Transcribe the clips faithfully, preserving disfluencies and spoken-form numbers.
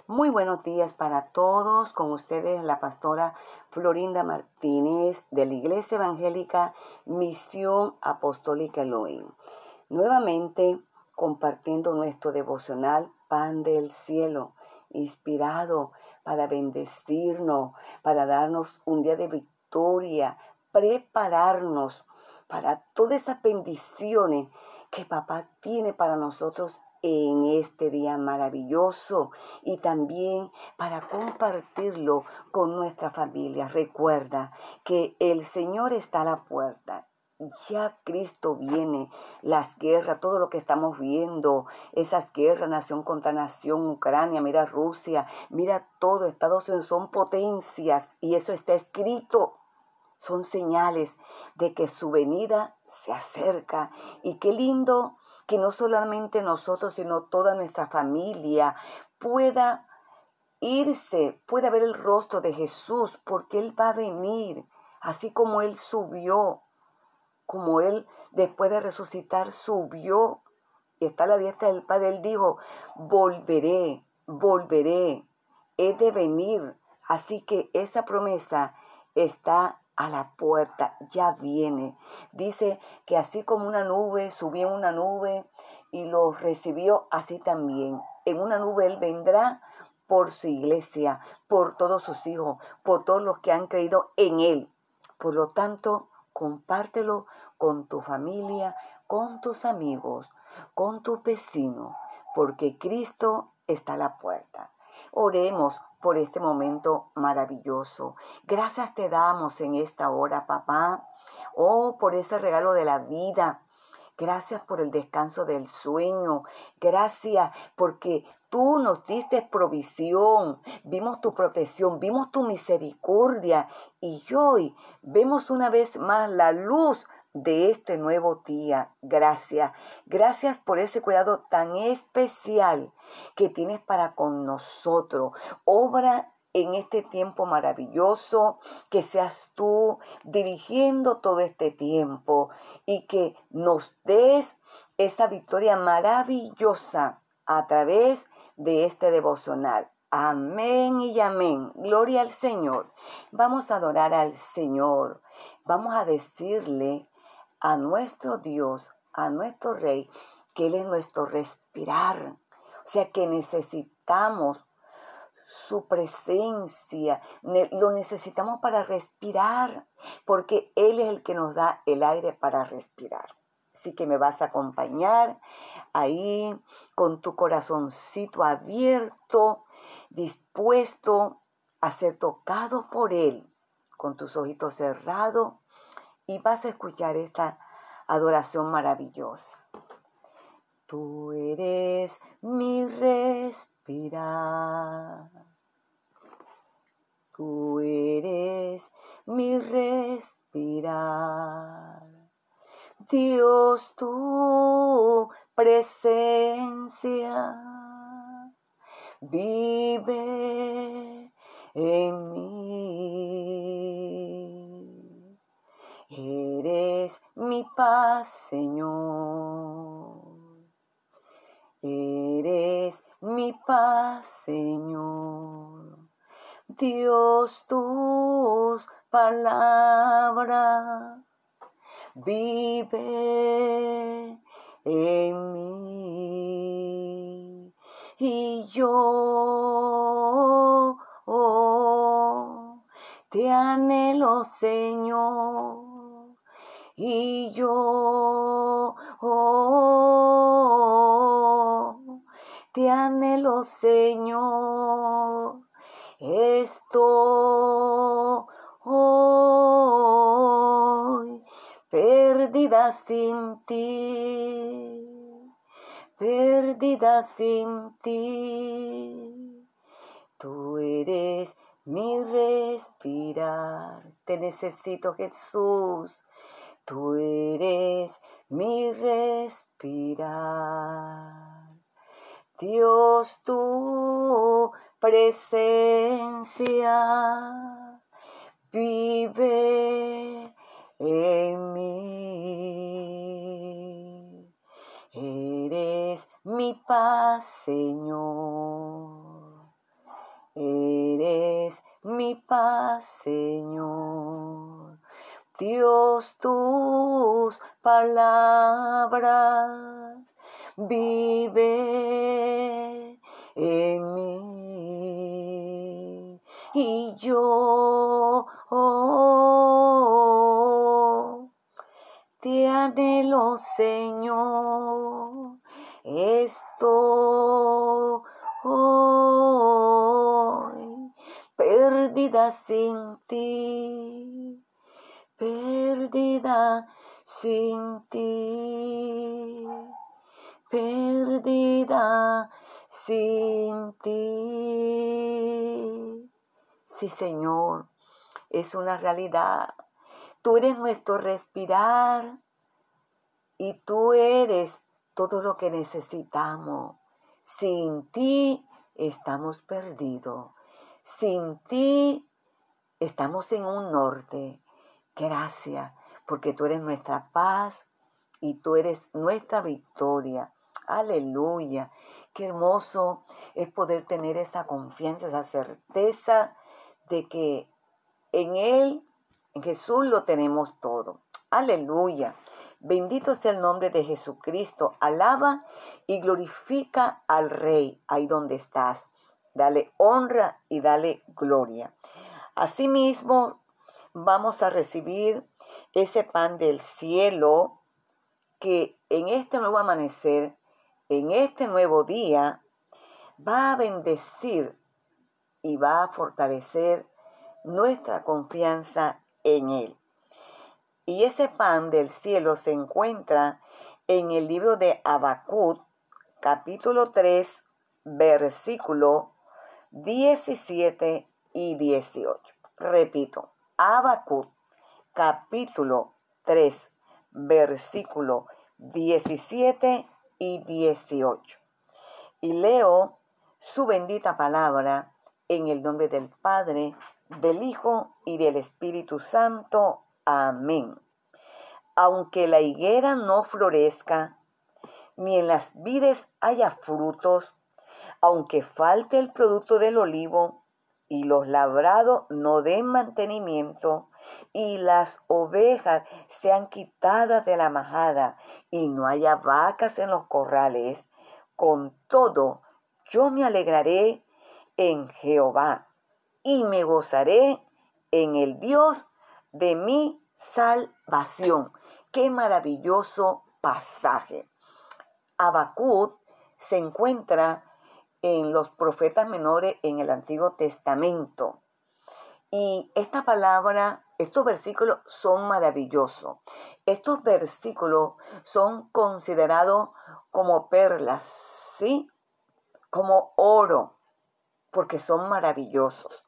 Muy buenos días para todos. Con ustedes la pastora Florinda Martínez de la Iglesia Evangélica Misión Apostólica Elohim. Nuevamente compartiendo nuestro devocional Pan del Cielo, inspirado para bendecirnos, para darnos un día de victoria, prepararnos para todas esas bendiciones que papá tiene para nosotros en este día maravilloso y también para compartirlo con nuestra familia. Recuerda que el Señor está a la puerta. Ya Cristo viene, las guerras, todo lo que estamos viendo, esas guerras, nación contra nación, Ucrania, mira Rusia, mira todo, Estados Unidos son potencias y eso está escrito. Son señales de que su venida se acerca. Y qué lindo que no solamente nosotros, sino toda nuestra familia pueda irse, pueda ver el rostro de Jesús, porque Él va a venir, así como Él subió, como Él después de resucitar subió, y está a la diestra del Padre. Él dijo, volveré, volveré, he de venir. Así que esa promesa está a la puerta, ya viene. Dice que así como una nube, subió en una nube y los recibió, así también. En una nube Él vendrá por su iglesia, por todos sus hijos, por todos los que han creído en Él. Por lo tanto, compártelo con tu familia, con tus amigos, con tus vecinos, porque Cristo está a la puerta. Oremos por este momento maravilloso. Gracias te damos en esta hora, papá. Oh, por ese regalo de la vida. Gracias por el descanso del sueño. Gracias porque tú nos diste provisión. Vimos tu protección, vimos tu misericordia. Y hoy vemos una vez más la luz de este nuevo día. Gracias. Gracias por ese cuidado tan especial que tienes para con nosotros. Obra en este tiempo maravilloso, que seas tú dirigiendo todo este tiempo y que nos des esa victoria maravillosa a través de este devocional. Amén y amén. Gloria al Señor. Vamos a adorar al Señor. Vamos a decirle a nuestro Dios, a nuestro Rey, que Él es nuestro respirar. O sea que necesitamos su presencia, lo necesitamos para respirar, porque Él es el que nos da el aire para respirar. Así que me vas a acompañar ahí con tu corazoncito abierto, dispuesto a ser tocado por Él, con tus ojitos cerrados, y vas a escuchar esta adoración maravillosa. Tú eres mi respirar. Tú eres mi respirar. Dios, tu presencia vive en mí. Eres mi paz, Señor. Eres mi paz, Señor. Dios, tus palabras vive en mí. Y yo oh, te anhelo, Señor. Y yo oh, te anhelo, Señor. Estoy perdida sin ti, perdida sin ti. Tú eres mi respirar. Te necesito, Jesús. Tú eres mi respirar. Dios, tu presencia vive en mí. Eres mi paz, Señor. mi paz, Señor. Dios, tus palabras vive en mí, y yo oh, te anhelo, Señor. Estoy perdida sin ti, perdida sin ti, perdida sin ti. Sí, Señor, es una realidad. Tú eres nuestro respirar y tú eres todo lo que necesitamos. Sin ti estamos perdidos. Sin ti estamos en un norte. Gracias, porque tú eres nuestra paz y tú eres nuestra victoria. Aleluya. Qué hermoso es poder tener esa confianza, esa certeza de que en Él, en Jesús, lo tenemos todo. Aleluya. Bendito sea el nombre de Jesucristo. Alaba y glorifica al Rey ahí donde estás. Dale honra y dale gloria. Asimismo, vamos a recibir ese pan del cielo que en este nuevo amanecer, en este nuevo día, va a bendecir y va a fortalecer nuestra confianza en Él. Y ese pan del cielo se encuentra en el libro de Habacuc, capítulo tres, versículo diecisiete y dieciocho. Repito, Habacuc, capítulo tres, versículo diecisiete y dieciocho. Y leo su bendita palabra en el nombre del Padre, del Hijo y del Espíritu Santo. Amén. Aunque la higuera no florezca, ni en las vides haya frutos, aunque falte el producto del olivo, y los labrados no den mantenimiento, y las ovejas sean quitadas de la majada, y no haya vacas en los corrales, con todo yo me alegraré en Jehová, y me gozaré en el Dios de mi salvación. ¡Qué maravilloso pasaje! Habacuc se encuentra en los profetas menores en el Antiguo Testamento. Y esta palabra, estos versículos son maravillosos. Estos versículos son considerados como perlas, ¿sí? Como oro, porque son maravillosos.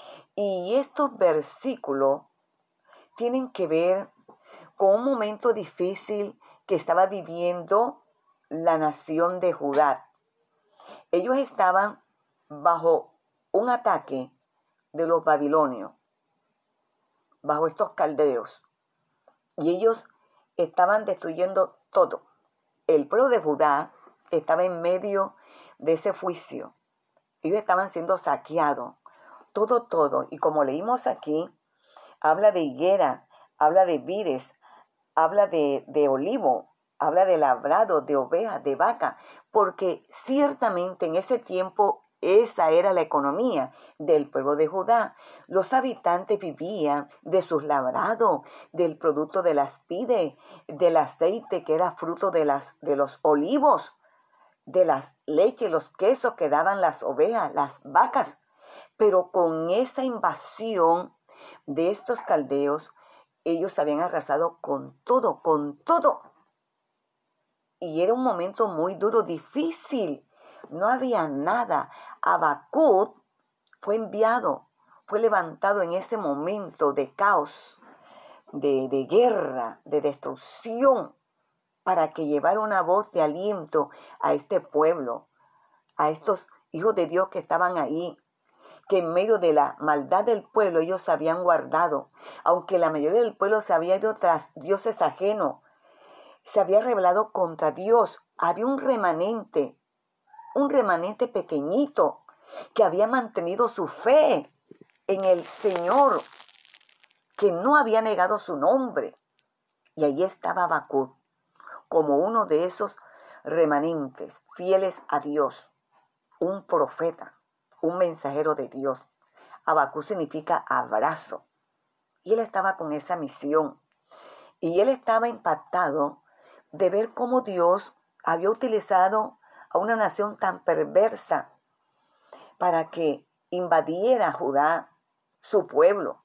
Y estos versículos tienen que ver con un momento difícil que estaba viviendo la nación de Judá. Ellos estaban bajo un ataque de los babilonios, bajo estos caldeos, y ellos estaban destruyendo todo. El pueblo de Judá estaba en medio de ese juicio. Ellos estaban siendo saqueados, todo, todo. Y como leímos aquí, habla de higuera, habla de vides, habla de, de olivo, habla de labrado, de ovejas, de vaca, porque ciertamente en ese tiempo esa era la economía del pueblo de Judá. Los habitantes vivían de sus labrados, del producto de las vides, del aceite que era fruto de, las, de los olivos, de las leches, los quesos que daban las ovejas, las vacas. Pero con esa invasión de estos caldeos, ellos habían arrasado con todo, con todo. Y era un momento muy duro, difícil. No había nada. Habacuc fue enviado, fue levantado en ese momento de caos, de, de guerra, de destrucción, para que llevara una voz de aliento a este pueblo, a estos hijos de Dios que estaban ahí, que en medio de la maldad del pueblo ellos se habían guardado, aunque la mayoría del pueblo se había ido tras dioses ajenos, se había rebelado contra Dios. Había un remanente, un remanente pequeñito que había mantenido su fe en el Señor, que no había negado su nombre. Y allí estaba Habacuc, como uno de esos remanentes, fieles a Dios, un profeta, un mensajero de Dios. Habacuc significa abrazo. Y él estaba con esa misión. Y él estaba impactado de ver cómo Dios había utilizado a una nación tan perversa para que invadiera Judá, su pueblo.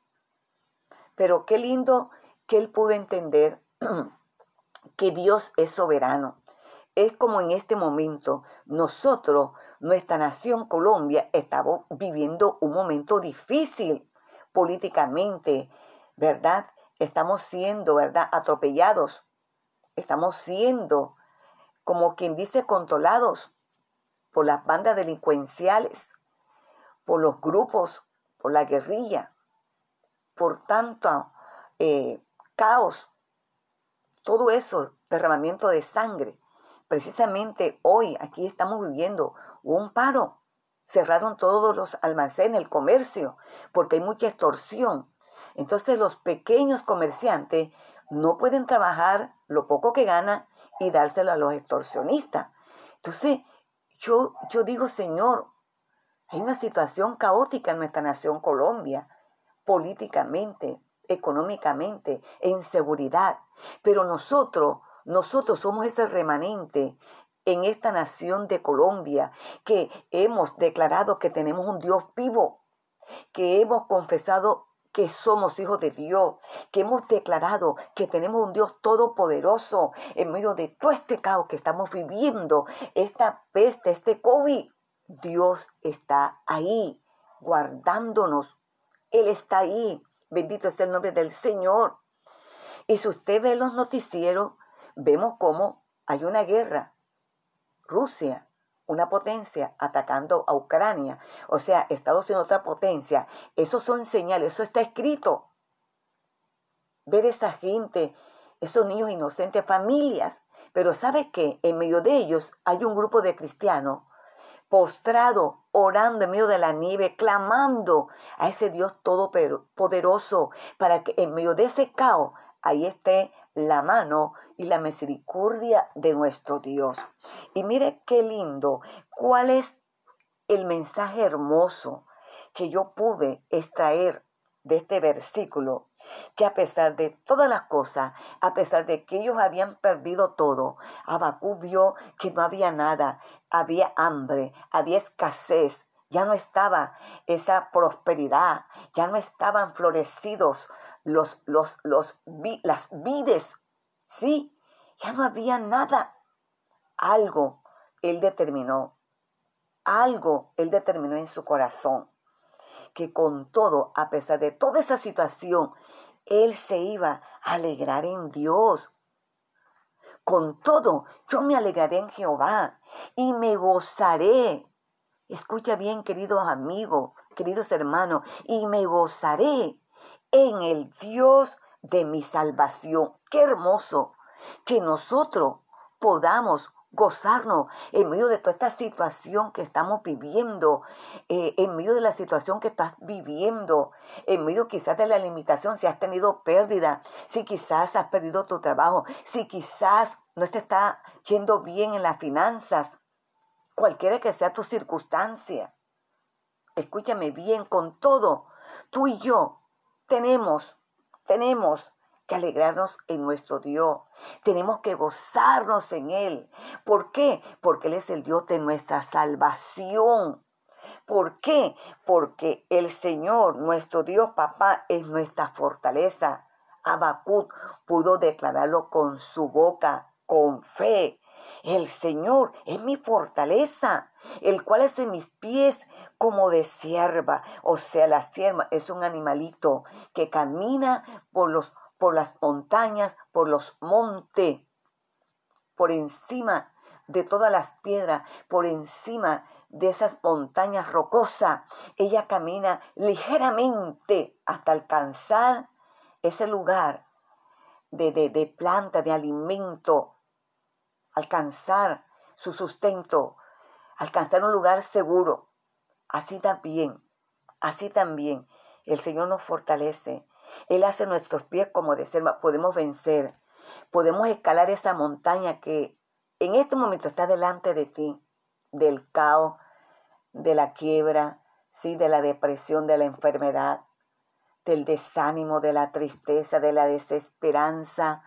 Pero qué lindo que él pudo entender que Dios es soberano. Es como en este momento nosotros, nuestra nación Colombia, estamos viviendo un momento difícil políticamente, ¿verdad? Estamos siendo, ¿verdad?, atropellados. Estamos siendo, como quien dice, controlados por las bandas delincuenciales, por los grupos, por la guerrilla, por tanto eh, caos, todo eso, derramamiento de sangre. Precisamente hoy aquí estamos viviendo un paro. Cerraron todos los almacenes, el comercio, porque hay mucha extorsión. Entonces los pequeños comerciantes no pueden trabajar lo poco que ganan y dárselo a los extorsionistas. Entonces yo, yo digo, Señor, hay una situación caótica en nuestra nación Colombia, políticamente, económicamente, en seguridad. Pero nosotros, nosotros somos ese remanente en esta nación de Colombia, que hemos declarado que tenemos un Dios vivo, que hemos confesado que somos hijos de Dios, que hemos declarado que tenemos un Dios todopoderoso en medio de todo este caos que estamos viviendo, esta peste, este COVID. Dios está ahí, guardándonos. Él está ahí. Bendito es el nombre del Señor. Y si usted ve los noticieros, vemos cómo hay una guerra. Rusia, una potencia, atacando a Ucrania. O sea, Estados Unidos, otra potencia. Eso son señales, eso está escrito. Ver esa gente, esos niños inocentes, familias. Pero ¿sabe qué? En medio de ellos hay un grupo de cristianos postrado, orando en medio de la nieve, clamando a ese Dios todopoderoso para que en medio de ese caos ahí esté la mano y la misericordia de nuestro Dios. Y mire qué lindo, cuál es el mensaje hermoso que yo pude extraer de este versículo, que a pesar de todas las cosas, a pesar de que ellos habían perdido todo, Habacuc vio que no había nada, había hambre, había escasez, ya no estaba esa prosperidad, ya no estaban florecidos los, los, los, las vides, sí, ya no había nada. Algo él determinó, algo él determinó en su corazón, que con todo, a pesar de toda esa situación, él se iba a alegrar en Dios. Con todo, yo me alegraré en Jehová y me gozaré. Escucha bien, queridos amigos, queridos hermanos, y me gozaré en el Dios de mi salvación. Qué hermoso que nosotros podamos gozarnos en medio de toda esta situación que estamos viviendo, eh, en medio de la situación que estás viviendo, en medio quizás de la limitación, si has tenido pérdida, si quizás has perdido tu trabajo, si quizás no te está yendo bien en las finanzas, cualquiera que sea tu circunstancia. Escúchame bien, con todo, tú y yo tenemos, tenemos que alegrarnos en nuestro Dios. Tenemos que gozarnos en Él. ¿Por qué? Porque Él es el Dios de nuestra salvación. ¿Por qué? Porque el Señor, nuestro Dios Papá, es nuestra fortaleza. Habacuc pudo declararlo con su boca, con fe. El Señor es mi fortaleza, el cual es en mis pies como de cierva. O sea, la cierva es un animalito que camina por los por las montañas, por los montes, por encima de todas las piedras, por encima de esas montañas rocosas. Ella camina ligeramente hasta alcanzar ese lugar de, de, de planta, de alimento, alcanzar su sustento, alcanzar un lugar seguro. Así también, así también El Señor nos fortalece. Él hace nuestros pies como de selva. Podemos vencer. Podemos escalar esa montaña que en este momento está delante de ti, del caos, de la quiebra, ¿sí? De la depresión, de la enfermedad, del desánimo, de la tristeza, de la desesperanza.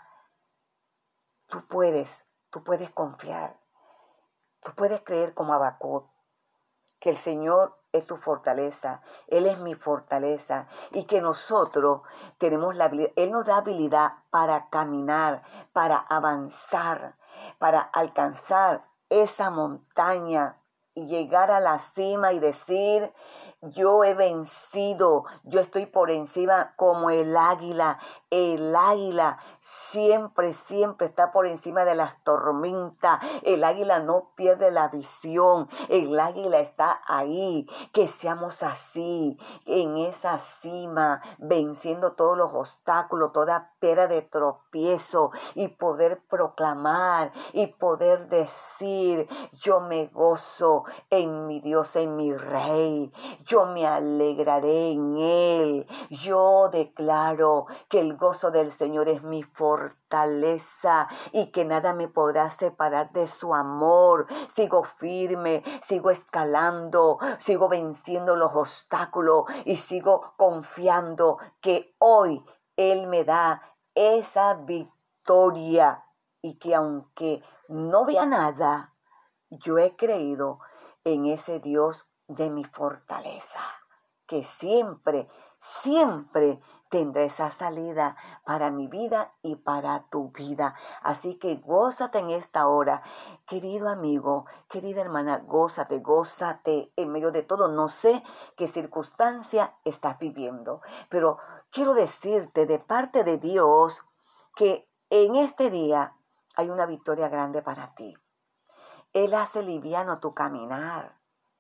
Tú puedes, tú puedes confiar. Tú puedes creer como Habacuc, que el Señor es tu fortaleza, Él es mi fortaleza y que nosotros tenemos la habilidad, Él nos da habilidad para caminar, para avanzar, para alcanzar esa montaña y llegar a la cima y decir, yo he vencido, yo estoy por encima como el águila. El águila siempre, siempre está por encima de las tormentas. El águila no pierde la visión. El águila está ahí. Que seamos así, en esa cima, venciendo todos los obstáculos, toda piedra de tropiezo y poder proclamar y poder decir, yo me gozo en mi Dios, en mi Rey. Yo me alegraré en Él. Yo declaro que el gozo del Señor es mi fortaleza y que nada me podrá separar de su amor. Sigo firme, sigo escalando, sigo venciendo los obstáculos y sigo confiando que hoy Él me da esa victoria y que aunque no vea nada, yo he creído en ese Dios de mi fortaleza, que siempre, siempre tendrá esa salida para mi vida y para tu vida. Así que gózate en esta hora, querido amigo, querida hermana, gózate, gózate en medio de todo. No sé qué circunstancia estás viviendo, pero quiero decirte de parte de Dios que en este día hay una victoria grande para ti. Él hace liviano tu caminar.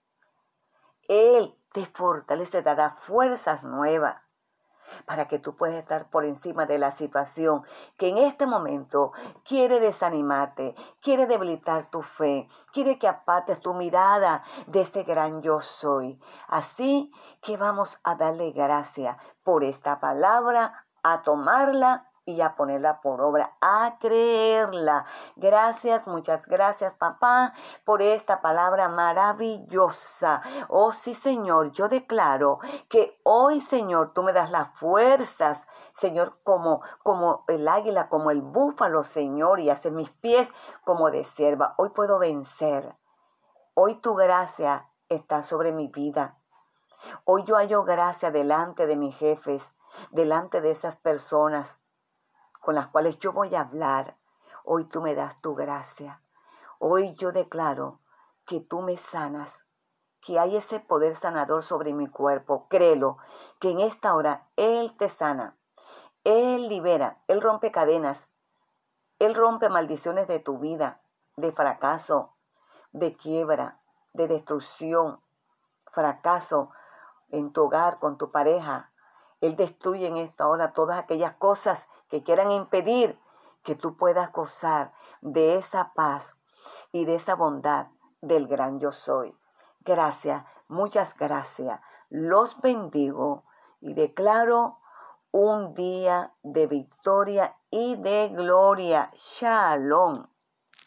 Él te fortalece, te da fuerzas nuevas para que tú puedas estar por encima de la situación que en este momento quiere desanimarte, quiere debilitar tu fe, quiere que apartes tu mirada de ese gran yo soy. Así que vamos a darle gracias por esta palabra, a tomarla y a ponerla por obra, a creerla. Gracias, muchas gracias, papá, por esta palabra maravillosa. Oh, sí, Señor, yo declaro que hoy, Señor, tú me das las fuerzas, Señor, como, como el águila, como el búfalo, Señor, y haces mis pies como de sierva. Hoy puedo vencer. Hoy tu gracia está sobre mi vida. Hoy yo hallo gracia delante de mis jefes, delante de esas personas con las cuales yo voy a hablar. Hoy tú me das tu gracia. Hoy yo declaro que tú me sanas, que hay ese poder sanador sobre mi cuerpo. Créelo, que en esta hora Él te sana. Él libera, Él rompe cadenas. Él rompe maldiciones de tu vida, de fracaso, de quiebra, de destrucción, fracaso en tu hogar, con tu pareja. Él destruye en esta hora todas aquellas cosas que quieran impedir que tú puedas gozar de esa paz y de esa bondad del gran yo soy. Gracias, muchas gracias. Los bendigo y declaro un día de victoria y de gloria. Shalom.